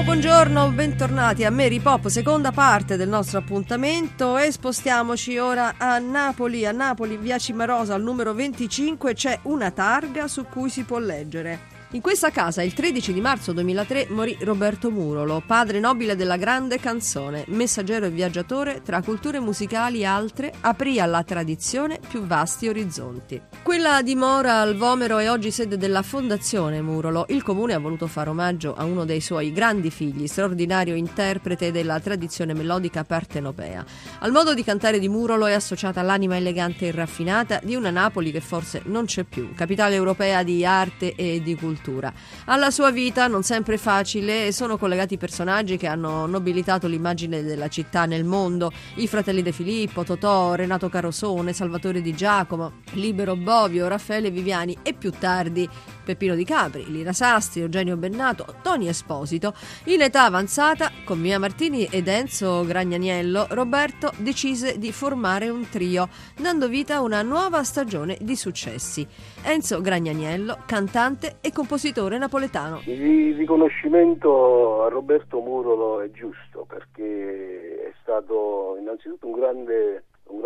Buongiorno, bentornati a Mary Pop, seconda parte del nostro appuntamento, e spostiamoci ora a Napoli. A Napoli, via Cimarosa, al numero 25, c'è una targa su cui si può leggere: in questa casa il 13 di marzo 2003 morì Roberto Murolo, padre nobile della grande canzone, messaggero e viaggiatore tra culture musicali e altre, aprì alla tradizione più vasti orizzonti. Quella di Mora al Vomero è oggi sede della Fondazione Murolo. Il comune ha voluto fare omaggio a uno dei suoi grandi figli, straordinario interprete della tradizione melodica partenopea. Al modo di cantare di Murolo è associata l'anima elegante e raffinata di una Napoli che forse non c'è più, capitale europea di arte e di cultura. Alla sua vita, non sempre facile, sono collegati personaggi che hanno nobilitato l'immagine della città nel mondo: i fratelli De Filippo, Totò, Renato Carosone, Salvatore Di Giacomo, Libero Bovio, Raffaele Viviani e più tardi Peppino Di Capri, Lina Sastri, Eugenio Bennato, Toni Esposito. In età avanzata, con Mia Martini ed Enzo Gragnaniello, Roberto decise di formare un trio, dando vita a una nuova stagione di successi. Enzo Gragnaniello, cantante e compositore napoletano. Il riconoscimento a Roberto Murolo è giusto, perché è stato innanzitutto un grande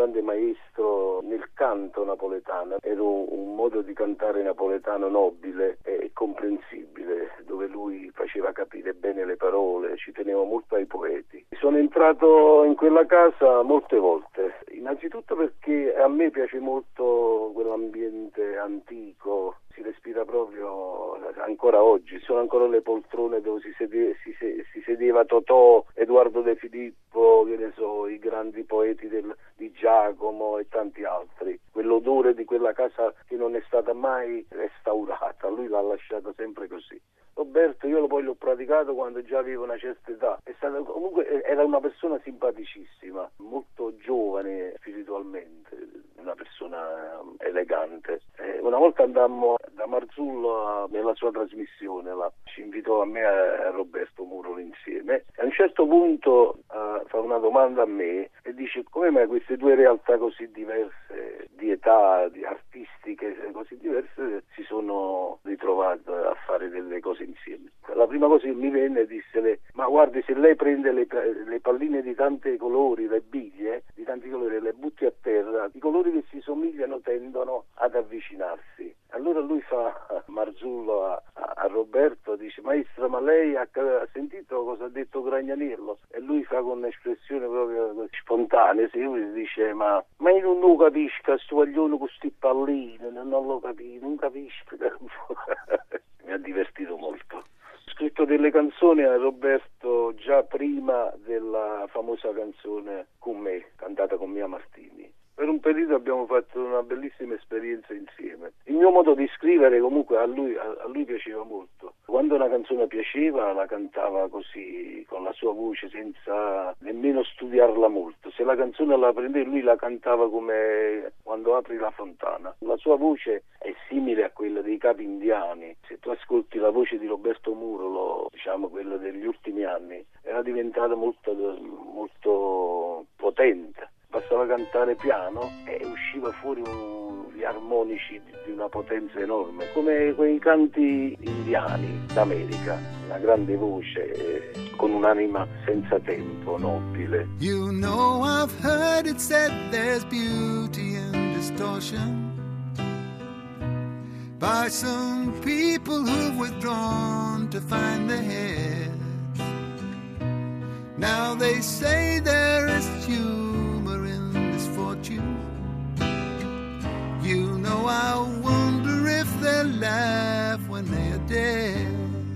maestro nel canto napoletano. Era un modo di cantare napoletano nobile e comprensibile, dove lui faceva capire bene le parole, ci teneva molto ai poeti. Sono entrato in quella casa molte volte, innanzitutto perché a me piace molto quell'ambiente antico, si respira proprio ancora oggi, sono ancora le poltrone dove si sedeva Totò, Edoardo De Filippo, che ne so, i grandi poeti di Giacomo e tanti altri. Quell'odore di quella casa che non è stata mai restaurata, lui l'ha lasciata sempre così. Roberto io poi l'ho praticato quando già avevo una certa età, comunque era una persona simpaticissima, molto giovane spiritualmente, una persona elegante. Una volta andammo da Marzullo nella sua trasmissione, ci invitò a me e a Roberto Murolo insieme, e a un certo punto fa una domanda a me e dice: come mai queste due realtà così diverse, di età, di artistiche così diverse, si sono ritrovate a fare delle cose insieme? La prima cosa che mi venne, disse: ma guardi, se lei prende le palline di tanti colori, le biglie di tanti colori, e le butti a terra, i colori che si somigliano tendono ad avvicinarsi. Allora lui fa Marzullo a Roberto, dice: maestro, ma lei ha sentito cosa ha detto Gragnaniello? E lui fa con un'espressione proprio spontanea, dice: ma io non lo capisco, sto guaglione con sti palline, non lo capisco, non capisco. Mi ha divertito molto. Ho scritto delle canzoni a Roberto già prima della famosa canzone Con me, cantata con Mia Martini. Per un periodo abbiamo fatto una bellissima esperienza insieme. Il mio modo di scrivere comunque a lui piaceva molto. Quando una canzone piaceva la cantava così, con la sua voce, senza nemmeno studiarla molto. Se la canzone la prendeva, lui la cantava come quando apri la fontana. La sua voce è simile a quella dei capi indiani. Se tu ascolti la voce di Roberto Murolo, diciamo quella degli ultimi anni, era diventata molto, molto potente. Bastava cantare piano e usciva fuori gli armonici di una potenza enorme, come quei canti indiani d'America, una grande voce con un'anima senza tempo, nobile. You know, I've heard it said there's beauty in distortion by some people who've withdrawn to find their heads. Now they say there is humor in misfortune. You know, I wonder if they laugh when they are dead.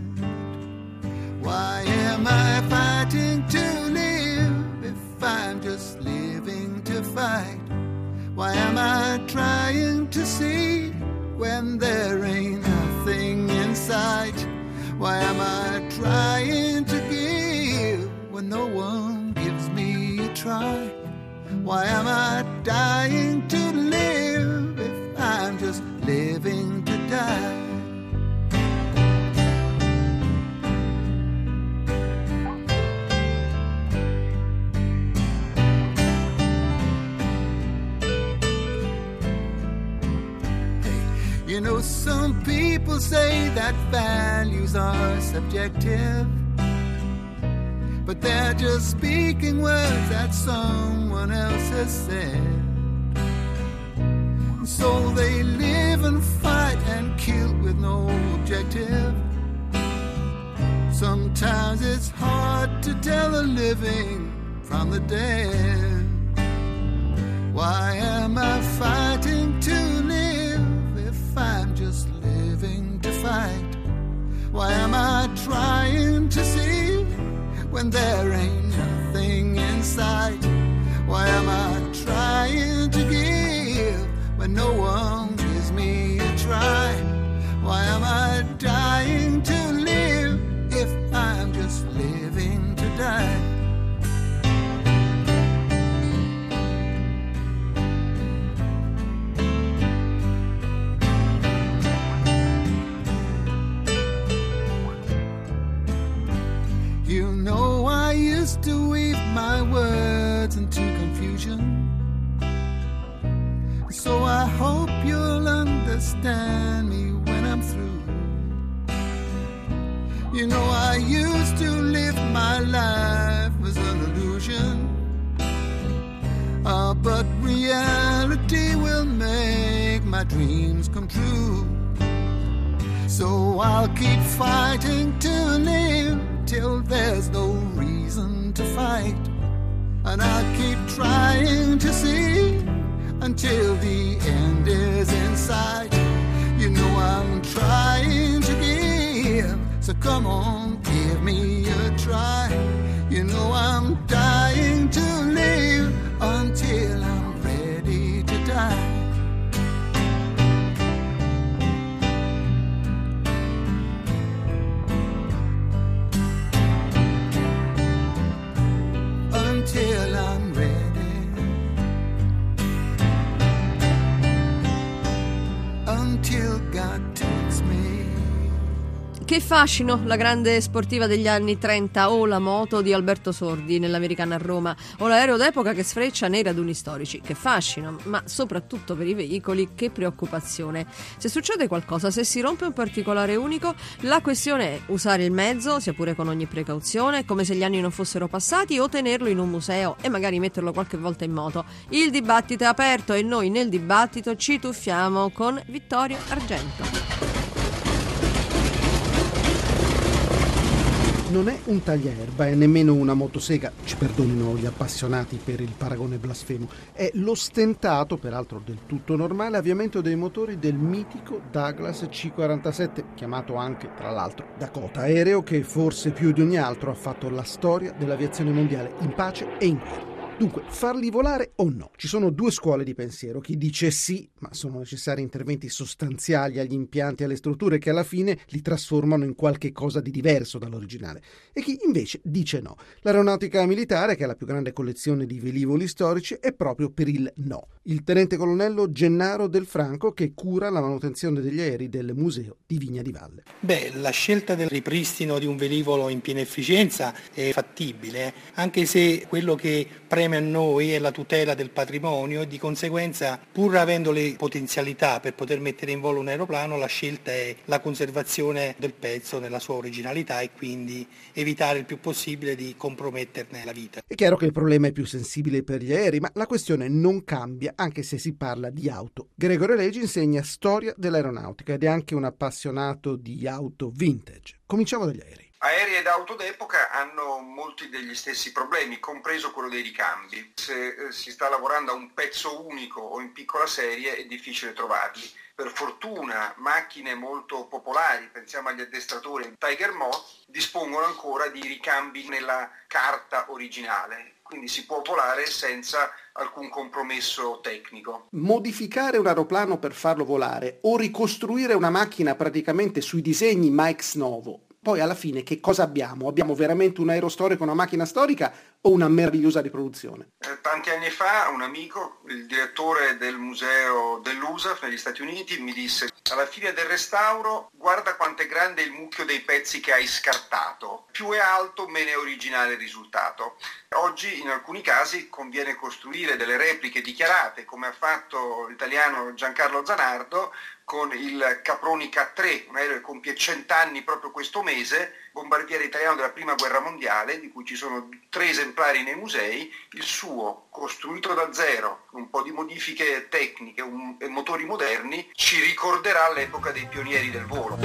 Why am I fighting to live if I'm just living to fight? Why am I trying to see when there ain't nothing in sight? Why am I trying to give when no one gives me a try? Why am I dying to live if I'm just living to die? You know, some people say that values are subjective. but they're just speaking words that someone else has said. And so they live and fight and kill with no objective. Sometimes it's hard to tell the living from the dead. Why am I fighting to live if I'm just living to fight? Why am I trying to see when there ain't nothing in sight? Why am I trying to give when no one gives me a try? Why am I dying to live if I'm just living to die? You know I used to weave my words into confusion, so I hope you'll understand me when I'm through. You know I used to live my life as an illusion, but reality will make my dreams come true. So I'll keep fighting to live till there's no reason to fight, and I'll keep trying to see until the end is in sight. You know I'm trying to give, so come on, give me a try. You know I'm dying to live until I'm ready to die. Until I'm ready, until God takes me. Che fascino la grande sportiva degli anni 30, o la moto di Alberto Sordi nell'Americana a Roma, o l'aereo d'epoca che sfreccia nei raduni storici. Che fascino, ma soprattutto per i veicoli che preoccupazione. Se succede qualcosa, se si rompe un particolare unico, la questione è usare il mezzo, sia pure con ogni precauzione, come se gli anni non fossero passati, o tenerlo in un museo e magari metterlo qualche volta in moto. Il dibattito è aperto e noi nel dibattito ci tuffiamo con Vittorio Argento. Non è un tagliaerba e nemmeno una motosega, ci perdonino gli appassionati per il paragone blasfemo, è l'ostentato, peraltro del tutto normale, avviamento dei motori del mitico Douglas C-47, chiamato anche, tra l'altro, Dakota, aereo che forse più di ogni altro ha fatto la storia dell'aviazione mondiale in pace e in guerra. Dunque, farli volare o no? Ci sono due scuole di pensiero. Chi dice sì, ma sono necessari interventi sostanziali agli impianti e alle strutture che alla fine li trasformano in qualche cosa di diverso dall'originale. E chi invece dice no. L'aeronautica militare, che ha la più grande collezione di velivoli storici, è proprio per il no. Il tenente colonnello Gennaro Del Franco, che cura la manutenzione degli aerei del Museo di Vigna di Valle. La scelta del ripristino di un velivolo in piena efficienza è fattibile, anche se quello che preme a noi è la tutela del patrimonio e di conseguenza, pur avendo le potenzialità per poter mettere in volo un aeroplano, la scelta è la conservazione del pezzo nella sua originalità e quindi evitare il più possibile di comprometterne la vita. È chiaro che il problema è più sensibile per gli aerei, ma la questione non cambia anche se si parla di auto. Gregorio Leggi insegna storia dell'aeronautica ed è anche un appassionato di auto vintage. Cominciamo dagli aerei. Aerei ed auto d'epoca hanno molti degli stessi problemi, compreso quello dei ricambi. Se si sta lavorando a un pezzo unico o in piccola serie è difficile trovarli. Per fortuna macchine molto popolari, pensiamo agli addestratori Tiger Moth, dispongono ancora di ricambi nella carta originale, quindi si può volare senza alcun compromesso tecnico. Modificare un aeroplano per farlo volare o ricostruire una macchina praticamente sui disegni ma ex novo, poi alla fine che cosa abbiamo? Abbiamo veramente un aerostorico, una macchina storica, o una meravigliosa riproduzione? Tanti anni fa un amico, il direttore del museo dell'USAF negli Stati Uniti, mi disse: alla fine del restauro guarda quanto è grande il mucchio dei pezzi che hai scartato, più è alto meno è originale il risultato. Oggi in alcuni casi conviene costruire delle repliche dichiarate, come ha fatto l'italiano Giancarlo Zanardo con il Caproni K3, un aereo che compie 100 anni proprio questo mese, bombardiere italiano della Prima Guerra Mondiale, di cui ci sono 3 esemplari nei musei. Il suo, costruito da zero, un po' di modifiche tecniche e motori moderni, ci ricorderà l'epoca dei pionieri del volo.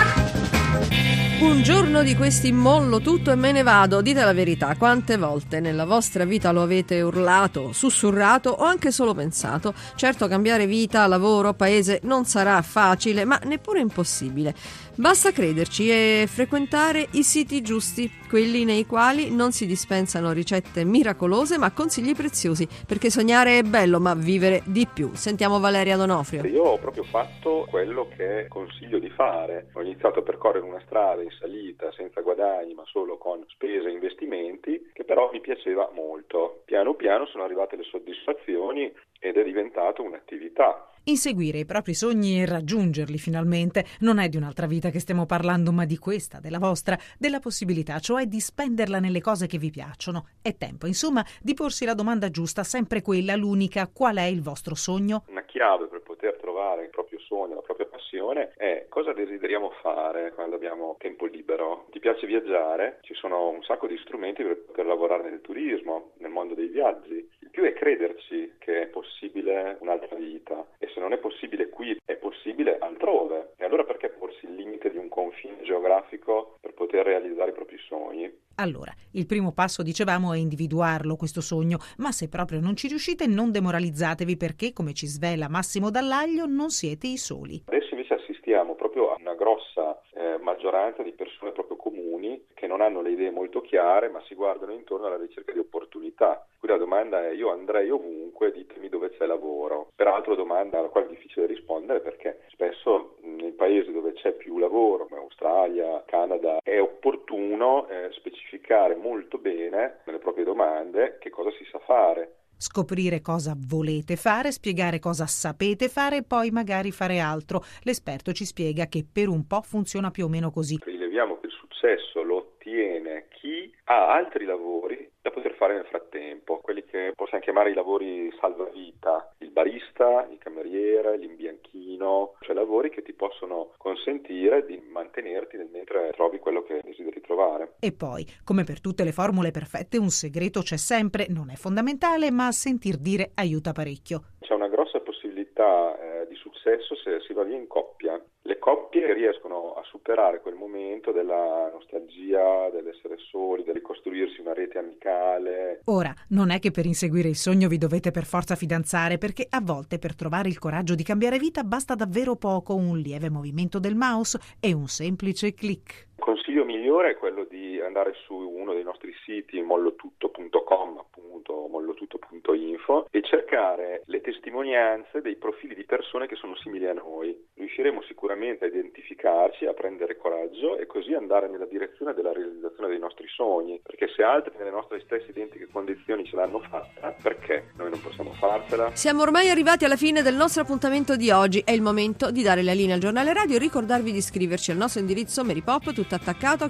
Un giorno di questi mollo tutto e me ne vado. Dite la verità, quante volte nella vostra vita lo avete urlato, sussurrato o anche solo pensato? Certo, cambiare vita, lavoro, paese non sarà facile, ma neppure impossibile. Basta crederci e frequentare i siti giusti, quelli nei quali non si dispensano ricette miracolose ma consigli preziosi, perché sognare è bello ma vivere di più. Sentiamo Valeria Donofrio. Io ho proprio fatto quello che consiglio di fare. Ho iniziato a percorrere una strada in salita senza guadagni ma solo con spese e investimenti, che però mi piaceva molto. Piano piano sono arrivate le soddisfazioni ed è diventato un'attività. Inseguire i propri sogni e raggiungerli finalmente non è di un'altra vita che stiamo parlando, ma di questa, della vostra, della possibilità, cioè di spenderla nelle cose che vi piacciono. È tempo, insomma, di porsi la domanda giusta, sempre quella, l'unica: qual è il vostro sogno? Una chiave per poter trovare il proprio sogno, la propria passione è cosa desideriamo fare quando abbiamo tempo libero. Ti piace viaggiare? Ci sono un sacco di strumenti per poter lavorare nel turismo, nel mondo dei viaggi. Il più è crederci che è possibile un'altra vita, e se non è possibile qui è possibile altrove. E allora perché porsi il limite di un confine geografico per poter realizzare i propri sogni? Allora, il primo passo, dicevamo, è individuarlo questo sogno, ma se proprio non ci riuscite non demoralizzatevi, perché, come ci svela Massimo Dallaglio, non siete i soli. Adesso invece assistiamo proprio a una grossa maggioranza di persone proprio comuni che non hanno le idee molto chiare ma si guardano intorno alla ricerca di opportunità. Qui la domanda è: io andrei ovunque, ditemi dove c'è lavoro. Peraltro domanda alla quale è difficile rispondere, perché spesso nei paesi dove c'è più lavoro, come Australia, Canada, è opportuno specificare molto bene nelle proprie domande che cosa si sa fare. Scoprire cosa volete fare, spiegare cosa sapete fare e poi magari fare altro. L'esperto ci spiega che per un po' funziona più o meno così. Rileviamo che il successo lo ottiene chi ha altri lavori da poter fare nel frattempo, quelli che possiamo chiamare i lavori salvavita, il barista, il cameriere, l'imbianchino, cioè lavori che ti possono consentire di mantenerti mentre trovi quello che desideri trovare. E poi, come per tutte le formule perfette, un segreto c'è sempre, non è fondamentale, ma sentir dire aiuta parecchio. C'è una grossa possibilità di successo se si va via in coppia. Le coppie riescono a superare quel momento della nostalgia, dell'essere soli, di ricostruirsi una rete amicale. Ora, non è che per inseguire il sogno vi dovete per forza fidanzare, perché a volte per trovare il coraggio di cambiare vita basta davvero poco, un lieve movimento del mouse e un semplice click. Il consiglio migliore è quello di andare su uno dei nostri siti, mollotutto.com, appunto, mollotutto.info, e cercare le testimonianze dei profili di persone che sono simili a noi. Riusciremo sicuramente a identificarci, a prendere coraggio e così andare nella direzione della realizzazione dei nostri sogni, perché se altri nelle nostre stesse identiche condizioni ce l'hanno fatta, perché noi non possiamo farcela? Siamo ormai arrivati alla fine del nostro appuntamento di oggi. È il momento di dare la linea al giornale radio e ricordarvi di iscriverci al nostro indirizzo Meripop, tutto attaccato,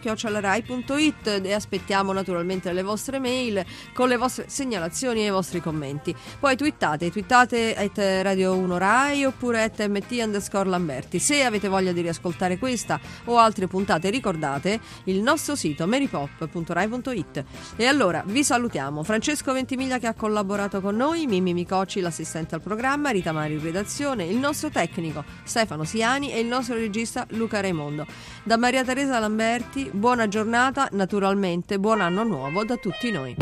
@rai.it, e aspettiamo naturalmente le vostre mail con le vostre segnalazioni e i vostri commenti. Poi twittate @Radio 1 Rai oppure @mt_Lamberti. Se avete voglia di riascoltare questa o altre puntate, ricordate il nostro sito meripop.rai.it. E allora vi salutiamo: Francesco Ventimiglia, che ha collaborato con noi, Mimmi Micocci, l'assistente al programma, Rita Mari in redazione, il nostro tecnico Stefano Siani e il nostro regista Luca Raimondo. Da Maria Teresa Lamberti, buona giornata, naturalmente buon anno nuovo da tutti noi.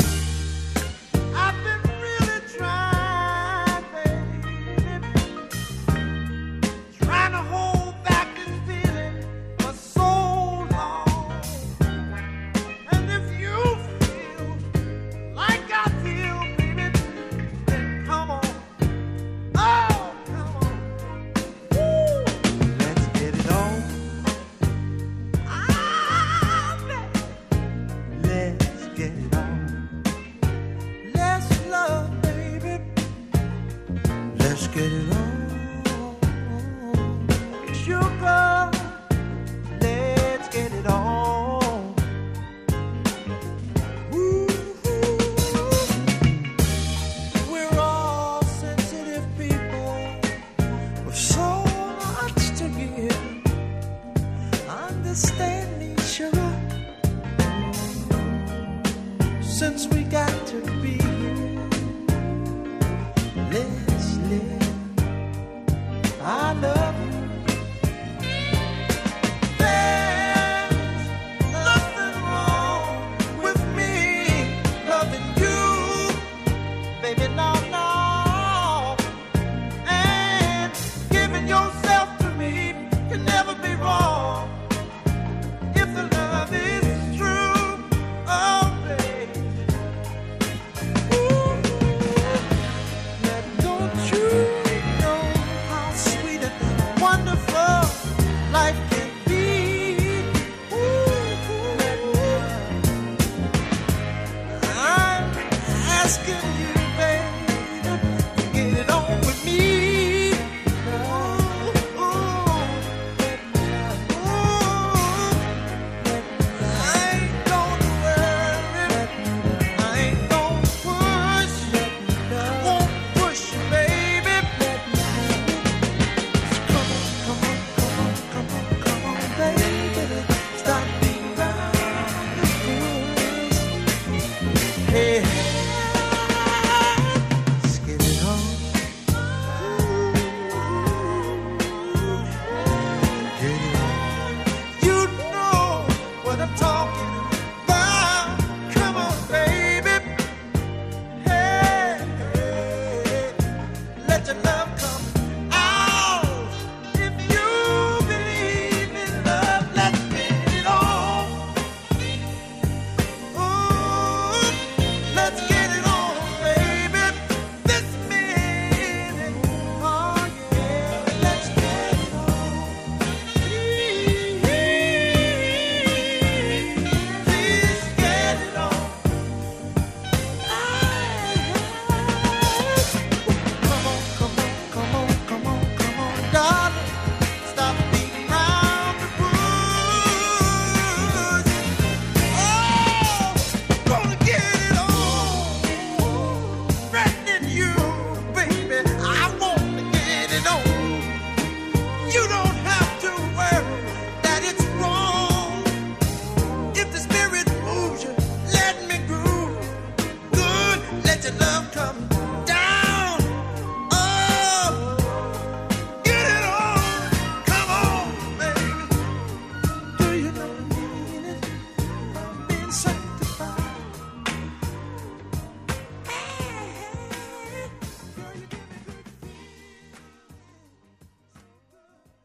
Let's get it on. understand each other since we got to be here.